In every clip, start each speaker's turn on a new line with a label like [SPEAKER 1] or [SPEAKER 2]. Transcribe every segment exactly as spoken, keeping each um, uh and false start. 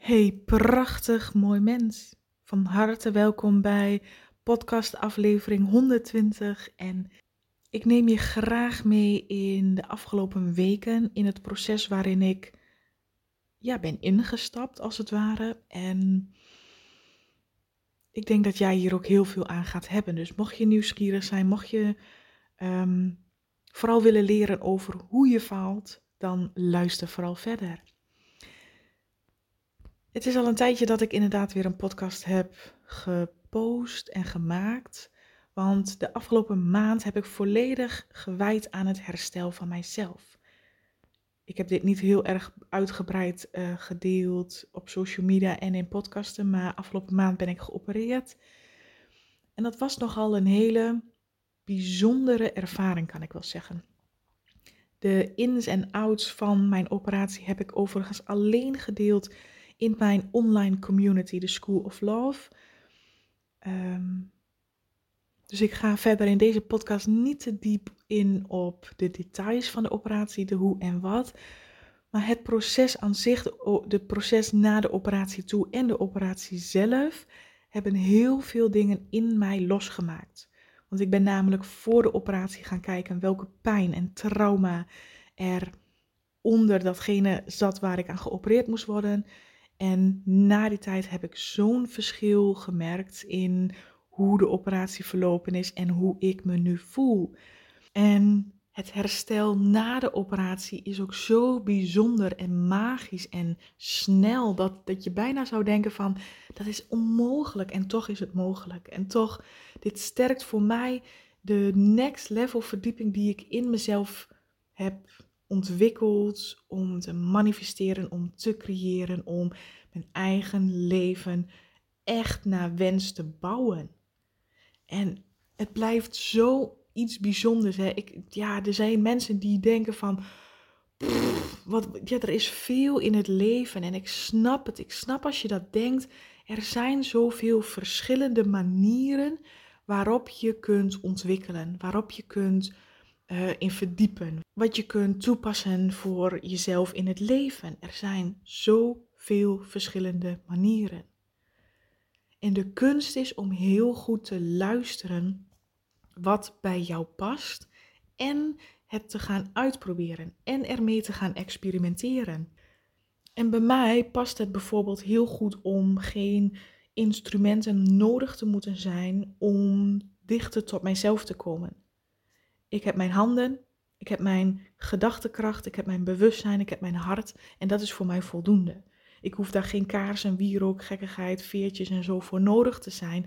[SPEAKER 1] Hey, prachtig mooi mens. Van harte welkom bij podcast aflevering honderdtwintig. En ik neem je graag mee in de afgelopen weken in het proces waarin ik ja, ben ingestapt als het ware. En ik denk dat jij hier ook heel veel aan gaat hebben. Dus mocht je nieuwsgierig zijn, mocht je um, vooral willen leren over hoe je faalt, dan luister vooral verder. Het is al een tijdje dat ik inderdaad weer een podcast heb gepost en gemaakt. Want de afgelopen maand heb ik volledig gewijd aan het herstel van mijzelf. Ik heb dit niet heel erg uitgebreid uh, gedeeld op social media en in podcasten. Maar afgelopen maand ben ik geopereerd. En dat was nogal een hele bijzondere ervaring, kan ik wel zeggen. De ins en outs van mijn operatie heb ik overigens alleen gedeeld in mijn online community, de School of Love. Um, dus ik ga verder in deze podcast niet te diep in op de details van de operatie, de hoe en wat. Maar het proces aan zich, de, de proces na de operatie toe en de operatie zelf, hebben heel veel dingen in mij losgemaakt. Want ik ben namelijk voor de operatie gaan kijken welke pijn en trauma er onder datgene zat waar ik aan geopereerd moest worden. En na die tijd heb ik zo'n verschil gemerkt in hoe de operatie verlopen is en hoe ik me nu voel. En het herstel na de operatie is ook zo bijzonder en magisch en snel dat, dat je bijna zou denken van dat is onmogelijk en toch is het mogelijk. En toch, dit sterkt voor mij de next level verdieping die ik in mezelf heb ontwikkeld om te manifesteren, om te creëren, om mijn eigen leven echt naar wens te bouwen. En het blijft zo iets bijzonders. Hè? Ik, ja, er zijn mensen die denken van, pff, wat, ja, er is veel in het leven en ik snap het. Ik snap als je dat denkt. Er zijn zoveel verschillende manieren waarop je kunt ontwikkelen, waarop je kunt uh, in verdiepen, wat je kunt toepassen voor jezelf in het leven. Er zijn zoveel verschillende manieren. En de kunst is om heel goed te luisteren wat bij jou past en het te gaan uitproberen en ermee te gaan experimenteren. En bij mij past het bijvoorbeeld heel goed om geen instrumenten nodig te moeten zijn om dichter tot mijzelf te komen. Ik heb mijn handen, ik heb mijn gedachtekracht, ik heb mijn bewustzijn, ik heb mijn hart en dat is voor mij voldoende. Ik hoef daar geen kaars en wierook, gekkigheid, veertjes en zo voor nodig te zijn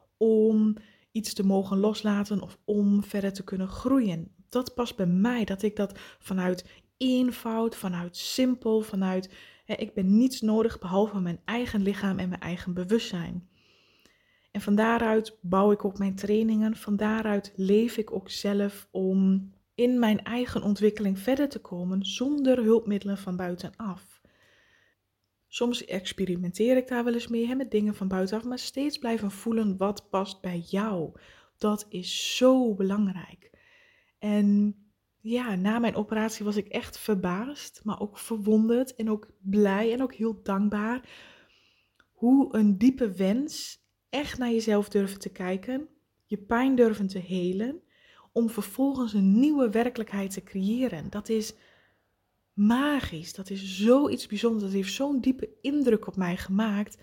[SPEAKER 1] om iets te mogen loslaten of om verder te kunnen groeien. Dat past bij mij, dat ik dat vanuit eenvoud, vanuit simpel, vanuit hè, ik ben niets nodig behalve mijn eigen lichaam en mijn eigen bewustzijn. En van daaruit bouw ik ook mijn trainingen, van daaruit leef ik ook zelf om in mijn eigen ontwikkeling verder te komen zonder hulpmiddelen van buitenaf. Soms experimenteer ik daar wel eens mee hè, met dingen van buitenaf, maar steeds blijven voelen wat past bij jou. Dat is zo belangrijk. En ja, na mijn operatie was ik echt verbaasd, maar ook verwonderd en ook blij en ook heel dankbaar hoe een diepe wens echt naar jezelf durven te kijken, je pijn durven te helen, om vervolgens een nieuwe werkelijkheid te creëren. Dat is magisch, dat is zoiets bijzonders, dat heeft zo'n diepe indruk op mij gemaakt,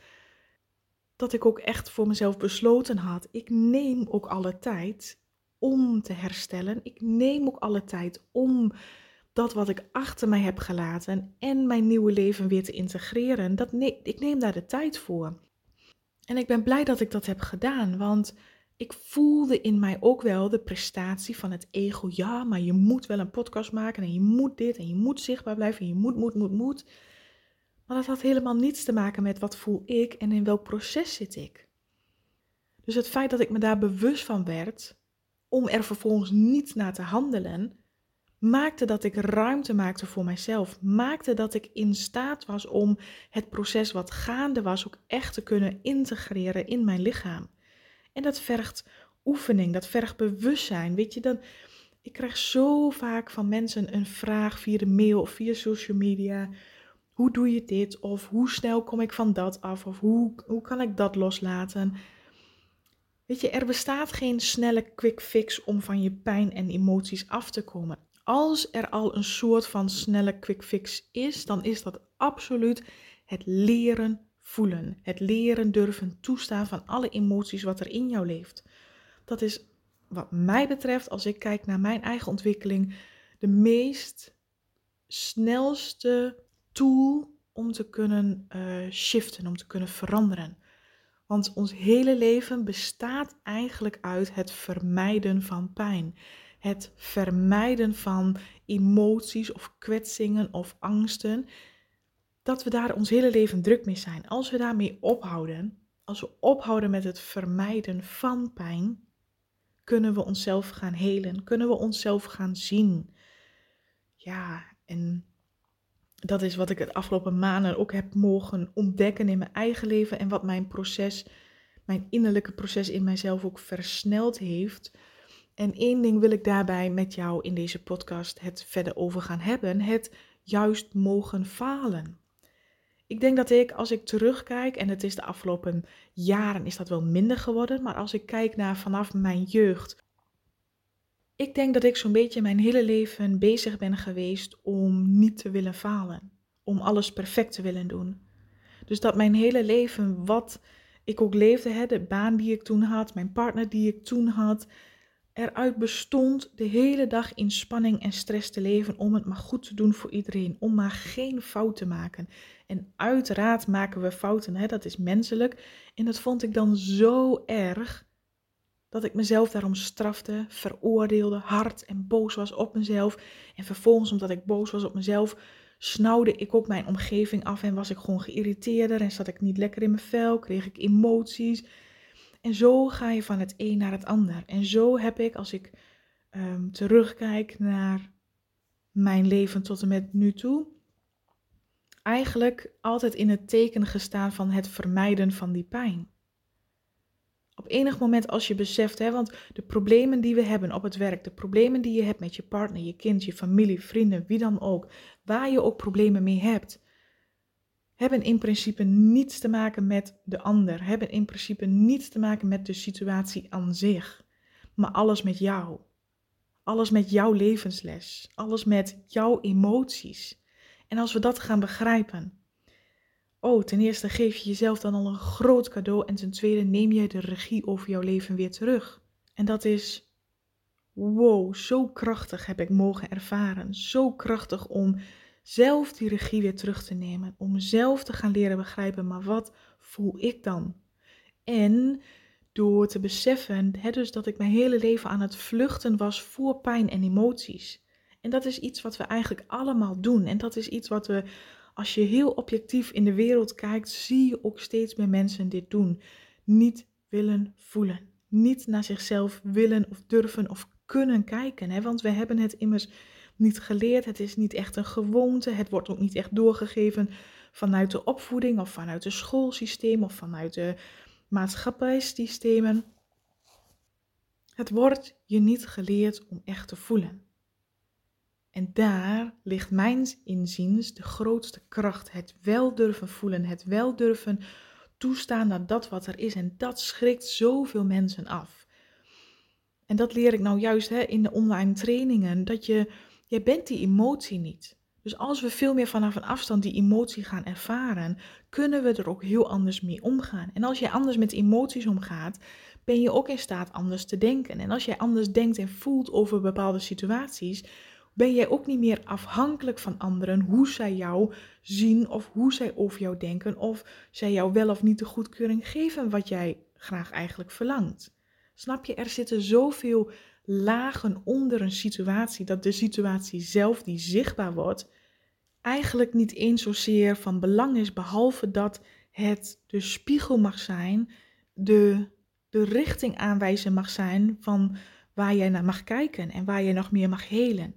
[SPEAKER 1] dat ik ook echt voor mezelf besloten had, ik neem ook alle tijd om te herstellen. Ik neem ook alle tijd om dat wat ik achter mij heb gelaten en mijn nieuwe leven weer te integreren. Dat ne- ik neem daar de tijd voor. En ik ben blij dat ik dat heb gedaan, want ik voelde in mij ook wel de prestatie van het ego. Ja, maar je moet wel een podcast maken en je moet dit en je moet zichtbaar blijven en je moet, moet, moet, moet. Maar dat had helemaal niets te maken met wat voel ik en in welk proces zit ik. Dus het feit dat ik me daar bewust van werd, om er vervolgens niet naar te handelen, maakte dat ik ruimte maakte voor mijzelf. Maakte dat ik in staat was om het proces wat gaande was ook echt te kunnen integreren in mijn lichaam. En dat vergt oefening, dat vergt bewustzijn. Weet je, dan, ik krijg zo vaak van mensen een vraag via de mail of via social media. Hoe doe je dit? Of hoe snel kom ik van dat af? Of hoe, hoe kan ik dat loslaten? Weet je, er bestaat geen snelle quick fix om van je pijn en emoties af te komen. Als er al een soort van snelle quick fix is, dan is dat absoluut het leren voelen. Het leren durven toestaan van alle emoties wat er in jou leeft. Dat is wat mij betreft, als ik kijk naar mijn eigen ontwikkeling, de meest snelste tool om te kunnen uh, shiften, om te kunnen veranderen. Want ons hele leven bestaat eigenlijk uit het vermijden van pijn. Het vermijden van emoties of kwetsingen of angsten. Dat we daar ons hele leven druk mee zijn. Als we daarmee ophouden, als we ophouden met het vermijden van pijn, kunnen we onszelf gaan helen. Kunnen we onszelf gaan zien. Ja, en dat is wat ik het afgelopen maanden ook heb mogen ontdekken in mijn eigen leven. En wat mijn proces, mijn innerlijke proces in mijzelf ook versneld heeft. En één ding wil ik daarbij met jou in deze podcast het verder over gaan hebben. Het juist mogen falen. Ik denk dat ik, als ik terugkijk, en het is de afgelopen jaren is dat wel minder geworden. Maar als ik kijk naar vanaf mijn jeugd. Ik denk dat ik zo'n beetje mijn hele leven bezig ben geweest om niet te willen falen. Om alles perfect te willen doen. Dus dat mijn hele leven, wat ik ook leefde, hè, de baan die ik toen had, mijn partner die ik toen had, eruit bestond de hele dag in spanning en stress te leven om het maar goed te doen voor iedereen. Om maar geen fout te maken. En uiteraard maken we fouten, hè, dat is menselijk. En dat vond ik dan zo erg dat ik mezelf daarom strafte, veroordeelde, hard en boos was op mezelf. En vervolgens, omdat ik boos was op mezelf, snauwde ik ook mijn omgeving af en was ik gewoon geïrriteerder en zat ik niet lekker in mijn vel, kreeg ik emoties. En zo ga je van het een naar het ander. En zo heb ik, als ik um, terugkijk naar mijn leven tot en met nu toe, eigenlijk altijd in het teken gestaan van het vermijden van die pijn. Op enig moment als je beseft, hè, want de problemen die we hebben op het werk, de problemen die je hebt met je partner, je kind, je familie, vrienden, wie dan ook, waar je ook problemen mee hebt, hebben in principe niets te maken met de ander, hebben in principe niets te maken met de situatie aan zich, maar alles met jou. Alles met jouw levensles, alles met jouw emoties. En als we dat gaan begrijpen, oh, ten eerste geef je jezelf dan al een groot cadeau en ten tweede neem je de regie over jouw leven weer terug. En dat is, wow, zo krachtig heb ik mogen ervaren. Zo krachtig om zelf die regie weer terug te nemen. Om zelf te gaan leren begrijpen, maar wat voel ik dan? En door te beseffen, hè, dus dat ik mijn hele leven aan het vluchten was voor pijn en emoties. En dat is iets wat we eigenlijk allemaal doen. En dat is iets wat we, als je heel objectief in de wereld kijkt, zie je ook steeds meer mensen dit doen. Niet willen voelen. Niet naar zichzelf willen of durven of kunnen kijken. Hè? Want we hebben het immers niet geleerd. Het is niet echt een gewoonte. Het wordt ook niet echt doorgegeven vanuit de opvoeding of vanuit het schoolsysteem of vanuit de maatschappijsystemen. Het wordt je niet geleerd om echt te voelen. En daar ligt mijns inziens de grootste kracht. Het wel durven voelen, het wel durven toestaan naar dat wat er is. En dat schrikt zoveel mensen af. En dat leer ik nou juist hè, in de online trainingen. Dat je, jij bent die emotie niet. Dus als we veel meer vanaf een afstand die emotie gaan ervaren, kunnen we er ook heel anders mee omgaan. En als jij anders met emoties omgaat, ben je ook in staat anders te denken. En als jij anders denkt en voelt over bepaalde situaties, ben jij ook niet meer afhankelijk van anderen, hoe zij jou zien of hoe zij over jou denken, of zij jou wel of niet de goedkeuring geven wat jij graag eigenlijk verlangt. Snap je, er zitten zoveel lagen onder een situatie, dat de situatie zelf die zichtbaar wordt, eigenlijk niet eens zozeer van belang is, behalve dat het de spiegel mag zijn, de, de richting aanwijzen mag zijn van waar jij naar mag kijken en waar je nog meer mag helen.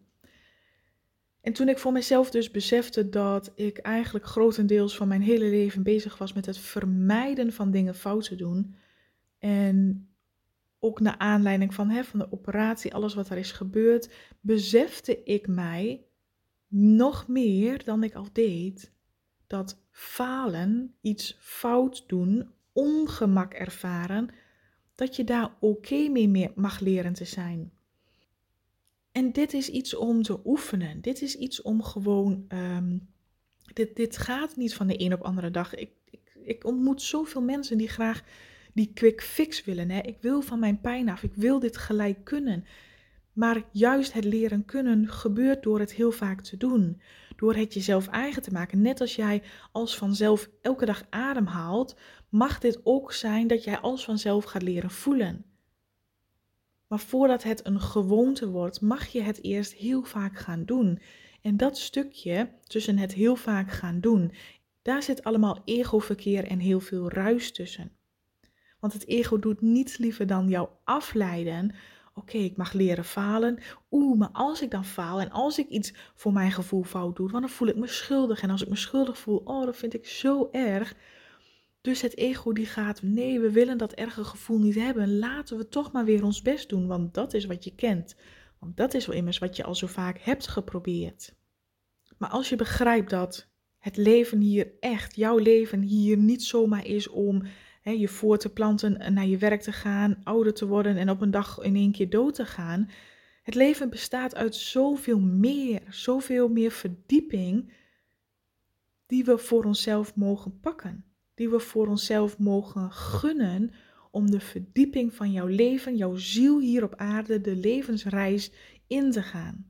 [SPEAKER 1] En toen ik voor mezelf dus besefte dat ik eigenlijk grotendeels van mijn hele leven bezig was met het vermijden van dingen fout te doen. En ook naar aanleiding van, hè, van de operatie, alles wat er is gebeurd, besefte ik mij nog meer dan ik al deed, dat falen, iets fout doen, ongemak ervaren, dat je daar oké mee mag leren te zijn. En dit is iets om te oefenen. Dit is iets om gewoon, um, dit, dit gaat niet van de een op andere dag. Ik, ik, ik ontmoet zoveel mensen die graag die quick fix willen. Hè? Ik wil van mijn pijn af, ik wil dit gelijk kunnen. Maar juist het leren kunnen gebeurt door het heel vaak te doen. Door het jezelf eigen te maken. Net als jij als vanzelf elke dag ademhaalt, mag dit ook zijn dat jij als vanzelf gaat leren voelen. Maar voordat het een gewoonte wordt, mag je het eerst heel vaak gaan doen. En dat stukje tussen het heel vaak gaan doen, daar zit allemaal egoverkeer en heel veel ruis tussen. Want het ego doet niets liever dan jou afleiden. Oké, okay, ik mag leren falen. Oeh, maar als ik dan faal en als ik iets voor mijn gevoel fout doe, dan voel ik me schuldig. En als ik me schuldig voel, oh, dat vind ik zo erg. Dus het ego die gaat, nee, we willen dat erge gevoel niet hebben. Laten we toch maar weer ons best doen, want dat is wat je kent. Want dat is wel immers wat je al zo vaak hebt geprobeerd. Maar als je begrijpt dat het leven hier echt, jouw leven hier niet zomaar is om hè, je voor te planten, naar je werk te gaan, ouder te worden en op een dag in één keer dood te gaan. Het leven bestaat uit zoveel meer, zoveel meer verdieping die we voor onszelf mogen pakken. Die we voor onszelf mogen gunnen om de verdieping van jouw leven, jouw ziel hier op aarde, de levensreis in te gaan.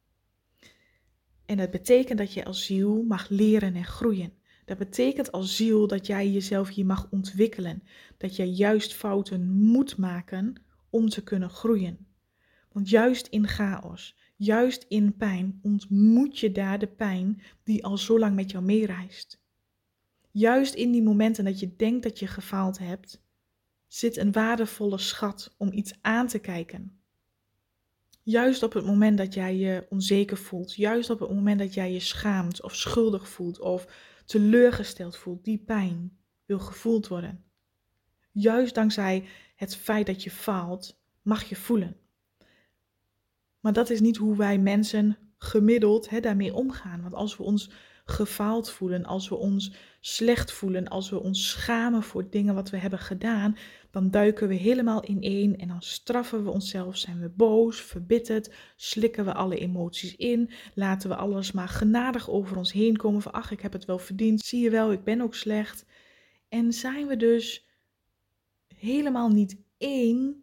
[SPEAKER 1] En dat betekent dat je als ziel mag leren en groeien. Dat betekent als ziel dat jij jezelf hier mag ontwikkelen. Dat jij juist fouten moet maken om te kunnen groeien. Want juist in chaos, juist in pijn, ontmoet je daar de pijn die al zo lang met jou meereist. Juist in die momenten dat je denkt dat je gefaald hebt, zit een waardevolle schat om iets aan te kijken. Juist op het moment dat jij je onzeker voelt, juist op het moment dat jij je schaamt of schuldig voelt of teleurgesteld voelt, die pijn wil gevoeld worden. Juist dankzij het feit dat je faalt, mag je voelen. Maar dat is niet hoe wij mensen gemiddeld hè, daarmee omgaan. Want als we ons gefaald voelen, als we ons slecht voelen, als we ons schamen voor dingen wat we hebben gedaan, dan duiken we helemaal ineen en dan straffen we onszelf, zijn we boos, verbitterd, slikken we alle emoties in, laten we alles maar genadig over ons heen komen van ach, ik heb het wel verdiend, zie je wel, ik ben ook slecht. En zijn we dus helemaal niet één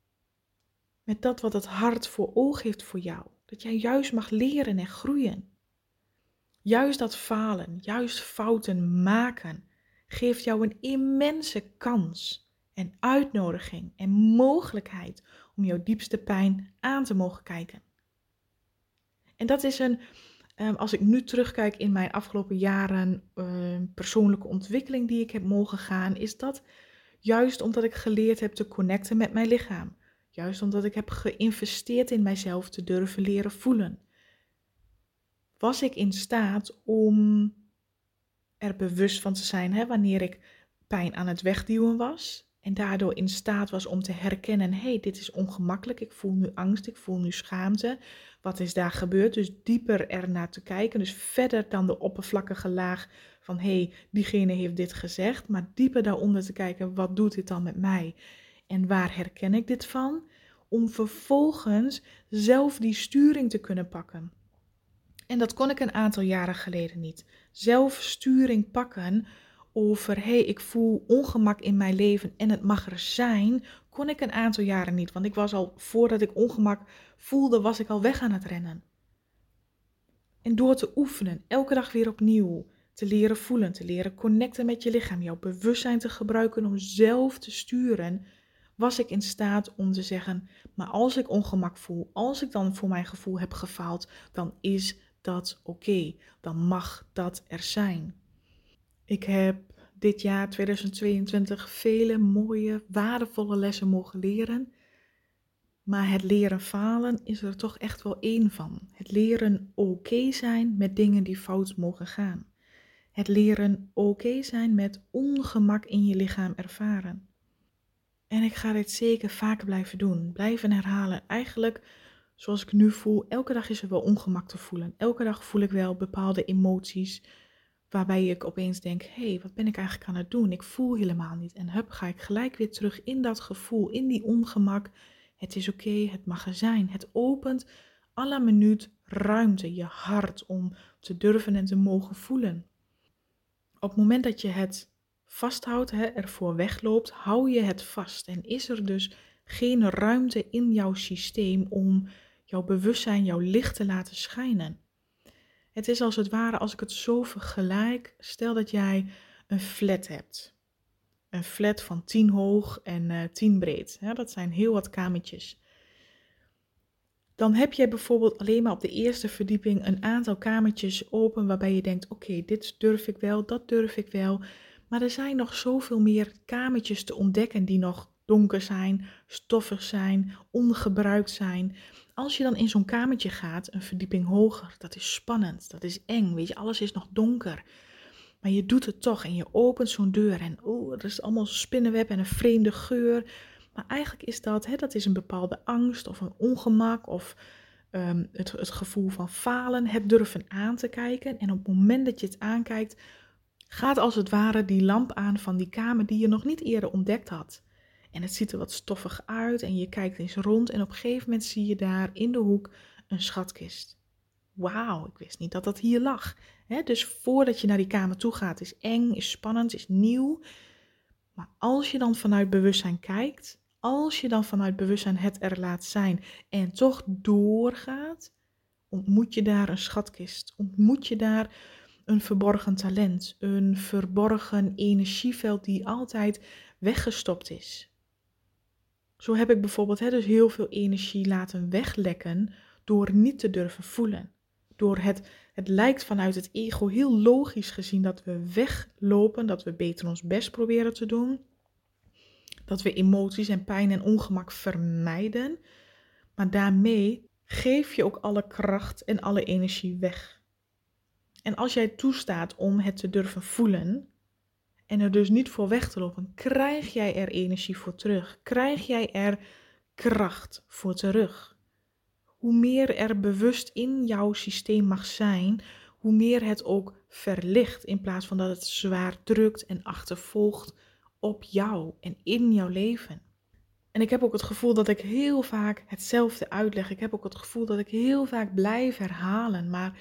[SPEAKER 1] met dat wat het hart voor oog heeft voor jou. Dat jij juist mag leren en groeien. Juist dat falen, juist fouten maken, geeft jou een immense kans en uitnodiging en mogelijkheid om jouw diepste pijn aan te mogen kijken. En dat is een, als ik nu terugkijk in mijn afgelopen jaren persoonlijke ontwikkeling die ik heb mogen gaan, is dat juist omdat ik geleerd heb te connecten met mijn lichaam. Juist omdat ik heb geïnvesteerd in mijzelf te durven leren voelen. Was ik in staat om er bewust van te zijn hè, wanneer ik pijn aan het wegduwen was. En daardoor in staat was om te herkennen, hé, hey, dit is ongemakkelijk. Ik voel nu angst, ik voel nu schaamte. Wat is daar gebeurd? Dus dieper ernaar te kijken. Dus verder dan de oppervlakkige laag van, hé, hey, diegene heeft dit gezegd. Maar dieper daaronder te kijken, wat doet dit dan met mij? En waar herken ik dit van? Om vervolgens zelf die sturing te kunnen pakken. En dat kon ik een aantal jaren geleden niet. Zelf sturing pakken over, hé, hey, ik voel ongemak in mijn leven en het mag er zijn, kon ik een aantal jaren niet. Want ik was al, voordat ik ongemak voelde, was ik al weg aan het rennen. En door te oefenen, elke dag weer opnieuw, te leren voelen, te leren connecten met je lichaam, jouw bewustzijn te gebruiken om zelf te sturen, was ik in staat om te zeggen, maar als ik ongemak voel, als ik dan voor mijn gevoel heb gefaald, dan is dat oké. Okay. Dan mag dat er zijn. Ik heb dit jaar tweeduizend tweeëntwintig vele mooie, waardevolle lessen mogen leren. Maar het leren falen is er toch echt wel één van. Het leren oké okay zijn met dingen die fout mogen gaan. Het leren oké okay zijn met ongemak in je lichaam ervaren. En ik ga dit zeker vaker blijven doen, blijven herhalen. Eigenlijk, zoals ik nu voel, elke dag is er wel ongemak te voelen. Elke dag voel ik wel bepaalde emoties. Waarbij ik opeens denk, hé, hey, wat ben ik eigenlijk aan het doen? Ik voel helemaal niet. En hup, ga ik gelijk weer terug in dat gevoel, in die ongemak. Het is oké, het mag er zijn. Het opent à la minuut ruimte, je hart, om te durven en te mogen voelen. Op het moment dat je het vasthoudt, hè, ervoor wegloopt, hou je het vast. En is er dus geen ruimte in jouw systeem om jouw bewustzijn, jouw licht te laten schijnen. Het is als het ware, als ik het zo vergelijk, stel dat jij een flat hebt. Een flat van tien hoog en uh, tien breed. Ja, dat zijn heel wat kamertjes. Dan heb je bijvoorbeeld alleen maar op de eerste verdieping een aantal kamertjes open waarbij je denkt, oké, okay, dit durf ik wel, dat durf ik wel. Maar er zijn nog zoveel meer kamertjes te ontdekken die nog donker zijn, stoffig zijn, ongebruikt zijn. Als je dan in zo'n kamertje gaat, een verdieping hoger, dat is spannend, dat is eng, weet je, alles is nog donker. Maar je doet het toch en je opent zo'n deur en oeh, er is allemaal spinnenweb en een vreemde geur. Maar eigenlijk is dat, hè, dat is een bepaalde angst of een ongemak of um, het, het gevoel van falen, het durven aan te kijken. En op het moment dat je het aankijkt, gaat als het ware die lamp aan van die kamer die je nog niet eerder ontdekt had. En het ziet er wat stoffig uit en je kijkt eens rond en op een gegeven moment zie je daar in de hoek een schatkist. Wauw, ik wist niet dat dat hier lag. He, dus voordat je naar die kamer toe gaat, is eng, is spannend, is nieuw. Maar als je dan vanuit bewustzijn kijkt, als je dan vanuit bewustzijn het er laat zijn en toch doorgaat, ontmoet je daar een schatkist. Ontmoet je daar een verborgen talent, een verborgen energieveld die altijd weggestopt is. Zo heb ik bijvoorbeeld he, dus heel veel energie laten weglekken door niet te durven voelen. Door het, het lijkt vanuit het ego heel logisch gezien dat we weglopen, dat we beter ons best proberen te doen. Dat we emoties en pijn en ongemak vermijden. Maar daarmee geef je ook alle kracht en alle energie weg. En als jij toestaat om het te durven voelen en er dus niet voor weg te lopen, krijg jij er energie voor terug. Krijg jij er kracht voor terug. Hoe meer er bewust in jouw systeem mag zijn, hoe meer het ook verlicht in plaats van dat het zwaar drukt en achtervolgt op jou en in jouw leven. En ik heb ook het gevoel dat ik heel vaak hetzelfde uitleg. Ik heb ook het gevoel dat ik heel vaak blijf herhalen, maar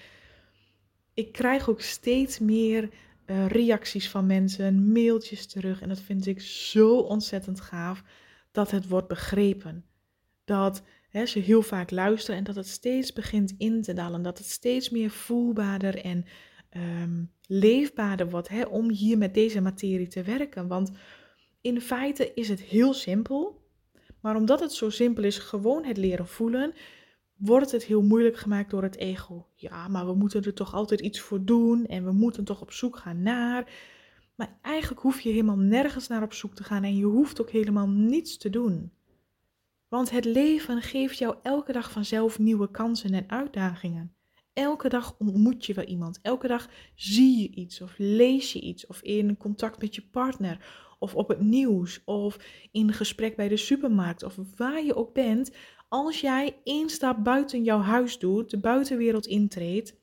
[SPEAKER 1] ik krijg ook steeds meer uh, reacties van mensen, mailtjes terug en dat vind ik zo ontzettend gaaf dat het wordt begrepen. Dat hè, ze heel vaak luisteren en dat het steeds begint in te dalen. Dat het steeds meer voelbaarder en um, leefbaarder wordt hè, om hier met deze materie te werken. Want in feite is het heel simpel. Maar omdat het zo simpel is, gewoon het leren voelen, wordt het heel moeilijk gemaakt door het ego. Ja, maar we moeten er toch altijd iets voor doen en we moeten toch op zoek gaan naar. Maar eigenlijk hoef je helemaal nergens naar op zoek te gaan en je hoeft ook helemaal niets te doen. Want het leven geeft jou elke dag vanzelf nieuwe kansen en uitdagingen. Elke dag ontmoet je wel iemand. Elke dag zie je iets of lees je iets. Of in contact met je partner. Of op het nieuws. Of in gesprek bij de supermarkt. Of waar je ook bent. Als jij één stap buiten jouw huis doet, de buitenwereld intreedt,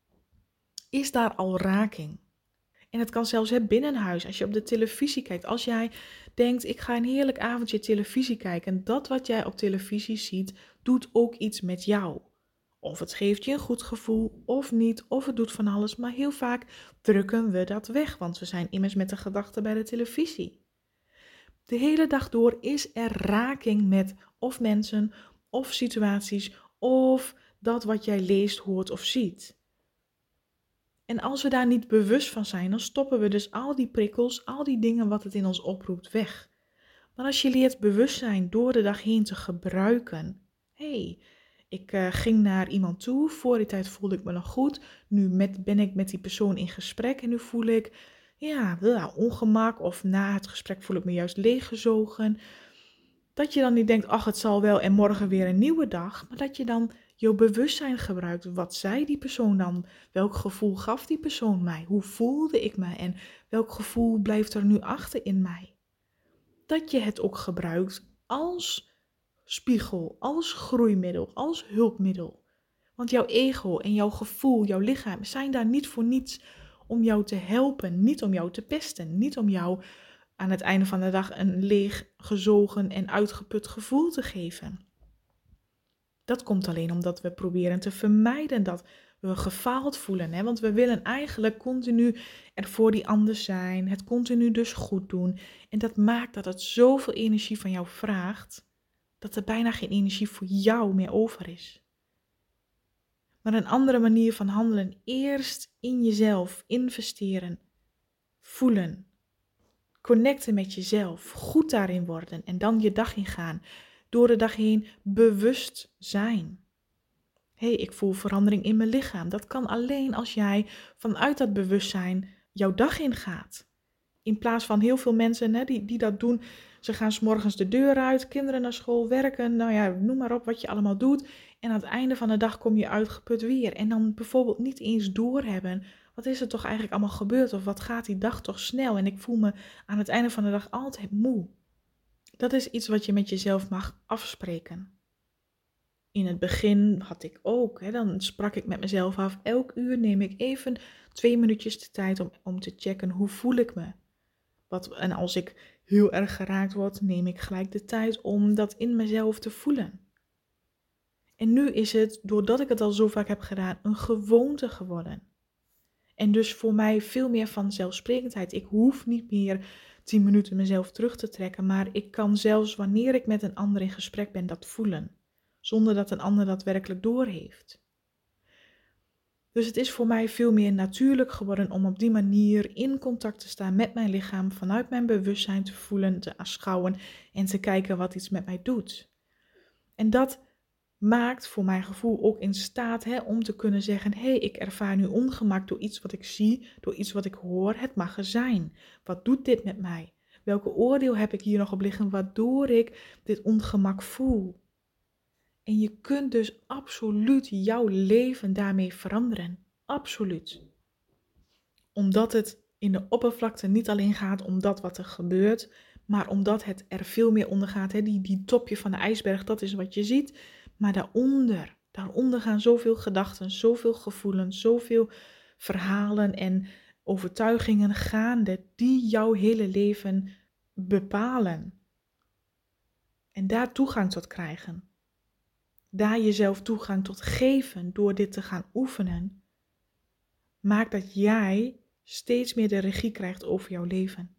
[SPEAKER 1] is daar al raking. En het kan zelfs hè, binnenhuis, als je op de televisie kijkt. Als jij denkt, ik ga een heerlijk avondje televisie kijken. En dat wat jij op televisie ziet, doet ook iets met jou. Of het geeft je een goed gevoel, of niet, of het doet van alles. Maar heel vaak drukken we dat weg, want we zijn immers met de gedachten bij de televisie. De hele dag door is er raking met of mensen, of situaties, of dat wat jij leest, hoort of ziet. En als we daar niet bewust van zijn, dan stoppen we dus al die prikkels, al die dingen wat het in ons oproept weg. Maar als je leert bewustzijn door de dag heen te gebruiken. Hé, hey, ik uh, ging naar iemand toe, voor die tijd voelde ik me nog goed. Nu met, ben ik met die persoon in gesprek en nu voel ik ja, ja, ongemak of na het gesprek voel ik me juist leeggezogen. Dat je dan niet denkt, ach het zal wel en morgen weer een nieuwe dag. Maar dat je dan je bewustzijn gebruikt. Wat zei die persoon dan? Welk gevoel gaf die persoon mij? Hoe voelde ik me? En welk gevoel blijft er nu achter in mij? Dat je het ook gebruikt als spiegel, als groeimiddel, als hulpmiddel. Want jouw ego en jouw gevoel, jouw lichaam zijn daar niet voor niets om jou te helpen, niet om jou te pesten, niet om jou aan het einde van de dag een leeg, gezogen en uitgeput gevoel te geven. Dat komt alleen omdat we proberen te vermijden dat we gefaald voelen. Hè? Want we willen eigenlijk continu er voor die ander zijn, het continu dus goed doen. En dat maakt dat het zoveel energie van jou vraagt, dat er bijna geen energie voor jou meer over is. Maar een andere manier van handelen, eerst in jezelf investeren, voelen, connecten met jezelf, goed daarin worden en dan je dag ingaan. Door de dag heen bewust zijn. Hé, hey, ik voel verandering in mijn lichaam. Dat kan alleen als jij vanuit dat bewustzijn jouw dag ingaat. In plaats van heel veel mensen hè, die, die dat doen. Ze gaan 's morgens de deur uit, kinderen naar school, werken. Nou ja, noem maar op wat je allemaal doet. En aan het einde van de dag kom je uitgeput weer. En dan bijvoorbeeld niet eens doorhebben. Wat is er toch eigenlijk allemaal gebeurd? Of wat gaat die dag toch snel? En ik voel me aan het einde van de dag altijd moe. Dat is iets wat je met jezelf mag afspreken. In het begin had ik ook, hè, dan sprak ik met mezelf af. Elk uur neem ik even twee minuutjes de tijd om, om te checken hoe voel ik me. Wat, en als ik heel erg geraakt word, neem ik gelijk de tijd om dat in mezelf te voelen. En nu is het, doordat ik het al zo vaak heb gedaan, een gewoonte geworden. En dus voor mij veel meer van zelfsprekendheid. Ik hoef niet meer tien minuten mezelf terug te trekken, maar ik kan zelfs wanneer ik met een ander in gesprek ben dat voelen. Zonder dat een ander dat werkelijk doorheeft. Dus het is voor mij veel meer natuurlijk geworden om op die manier in contact te staan met mijn lichaam, vanuit mijn bewustzijn te voelen, te aanschouwen en te kijken wat iets met mij doet. En dat maakt voor mijn gevoel ook in staat hè, om te kunnen zeggen, hé, hey, ik ervaar nu ongemak door iets wat ik zie, door iets wat ik hoor, het mag er zijn. Wat doet dit met mij? Welke oordeel heb ik hier nog op liggen waardoor ik dit ongemak voel? En je kunt dus absoluut jouw leven daarmee veranderen. Absoluut. Omdat het in de oppervlakte niet alleen gaat om dat wat er gebeurt, maar omdat het er veel meer onder gaat. Hè? Die, die topje van de ijsberg, dat is wat je ziet. Maar daaronder, daaronder gaan zoveel gedachten, zoveel gevoelens, zoveel verhalen en overtuigingen gaande die jouw hele leven bepalen. En daar toegang tot krijgen. Daar jezelf toegang tot geven door dit te gaan oefenen, maakt dat jij steeds meer de regie krijgt over jouw leven.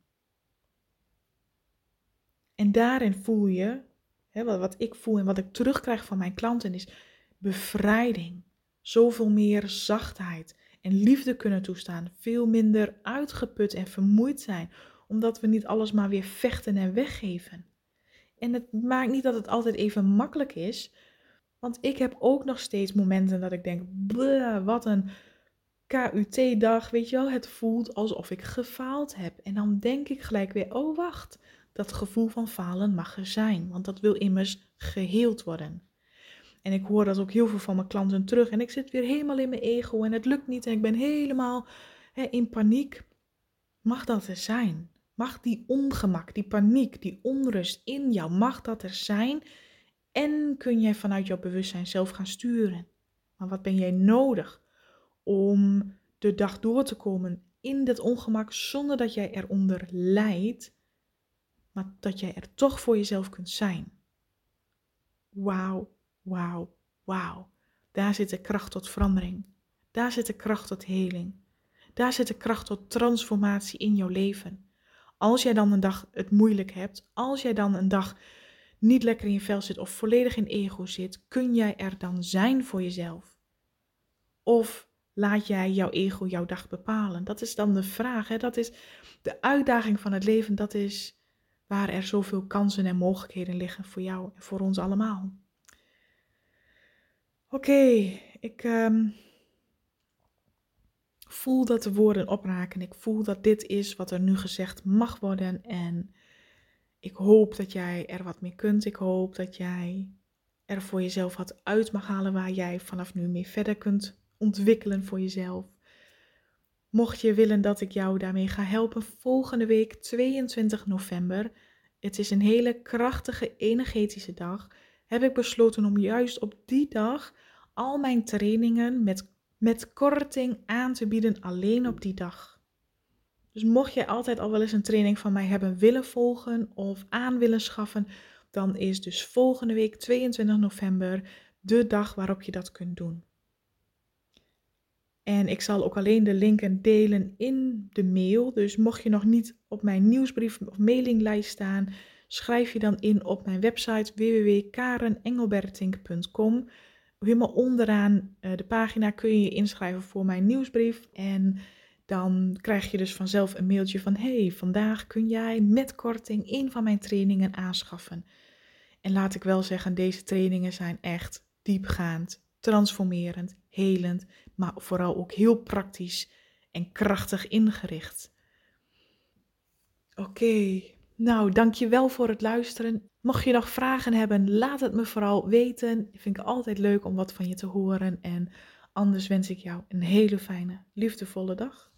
[SPEAKER 1] En daarin voel je, hè, wat ik voel en wat ik terugkrijg van mijn klanten is bevrijding. Zoveel meer zachtheid en liefde kunnen toestaan. Veel minder uitgeput en vermoeid zijn, omdat we niet alles maar weer vechten en weggeven. En het maakt niet dat het altijd even makkelijk is. Want ik heb ook nog steeds momenten dat ik denk, wat een K U T-dag, weet je wel. Het voelt alsof ik gefaald heb. En dan denk ik gelijk weer, oh wacht, dat gevoel van falen mag er zijn. Want dat wil immers geheeld worden. En ik hoor dat ook heel veel van mijn klanten terug. En ik zit weer helemaal in mijn ego en het lukt niet. En ik ben helemaal hè, in paniek. Mag dat er zijn? Mag die ongemak, die paniek, die onrust in jou, mag dat er zijn? En kun jij vanuit jouw bewustzijn zelf gaan sturen. Maar wat ben jij nodig om de dag door te komen in dit ongemak zonder dat jij eronder lijdt, maar dat jij er toch voor jezelf kunt zijn. Wauw, wauw, wauw. Daar zit de kracht tot verandering. Daar zit de kracht tot heling. Daar zit de kracht tot transformatie in jouw leven. Als jij dan een dag het moeilijk hebt, als jij dan een dag niet lekker in je vel zit of volledig in ego zit, kun jij er dan zijn voor jezelf? Of laat jij jouw ego jouw dag bepalen? Dat is dan de vraag. Hè? Dat is de uitdaging van het leven. Dat is waar er zoveel kansen en mogelijkheden liggen voor jou en voor ons allemaal. Oké, okay, ik um, voel dat de woorden opraken. Ik voel dat dit is wat er nu gezegd mag worden. En ik hoop dat jij er wat mee kunt. Ik hoop dat jij er voor jezelf wat uit mag halen waar jij vanaf nu mee verder kunt ontwikkelen voor jezelf. Mocht je willen dat ik jou daarmee ga helpen, volgende week tweeëntwintig november, het is een hele krachtige energetische dag, heb ik besloten om juist op die dag al mijn trainingen met met korting aan te bieden alleen op die dag. Dus mocht jij altijd al wel eens een training van mij hebben willen volgen of aan willen schaffen, dan is dus volgende week tweeëntwintig november de dag waarop je dat kunt doen. En ik zal ook alleen de linken delen in de mail. Dus mocht je nog niet op mijn nieuwsbrief of mailinglijst staan, schrijf je dan in op mijn website w w w punt karen engelbertink punt com. Helemaal onderaan de pagina kun je je inschrijven voor mijn nieuwsbrief. En dan krijg je dus vanzelf een mailtje van: hey, vandaag kun jij met korting een van mijn trainingen aanschaffen. En laat ik wel zeggen, deze trainingen zijn echt diepgaand, transformerend, helend, maar vooral ook heel praktisch en krachtig ingericht. Oké, okay. Nou, dankjewel voor het luisteren. Mocht je nog vragen hebben, laat het me vooral weten. Ik vind het altijd leuk om wat van je te horen. En anders wens ik jou een hele fijne, liefdevolle dag.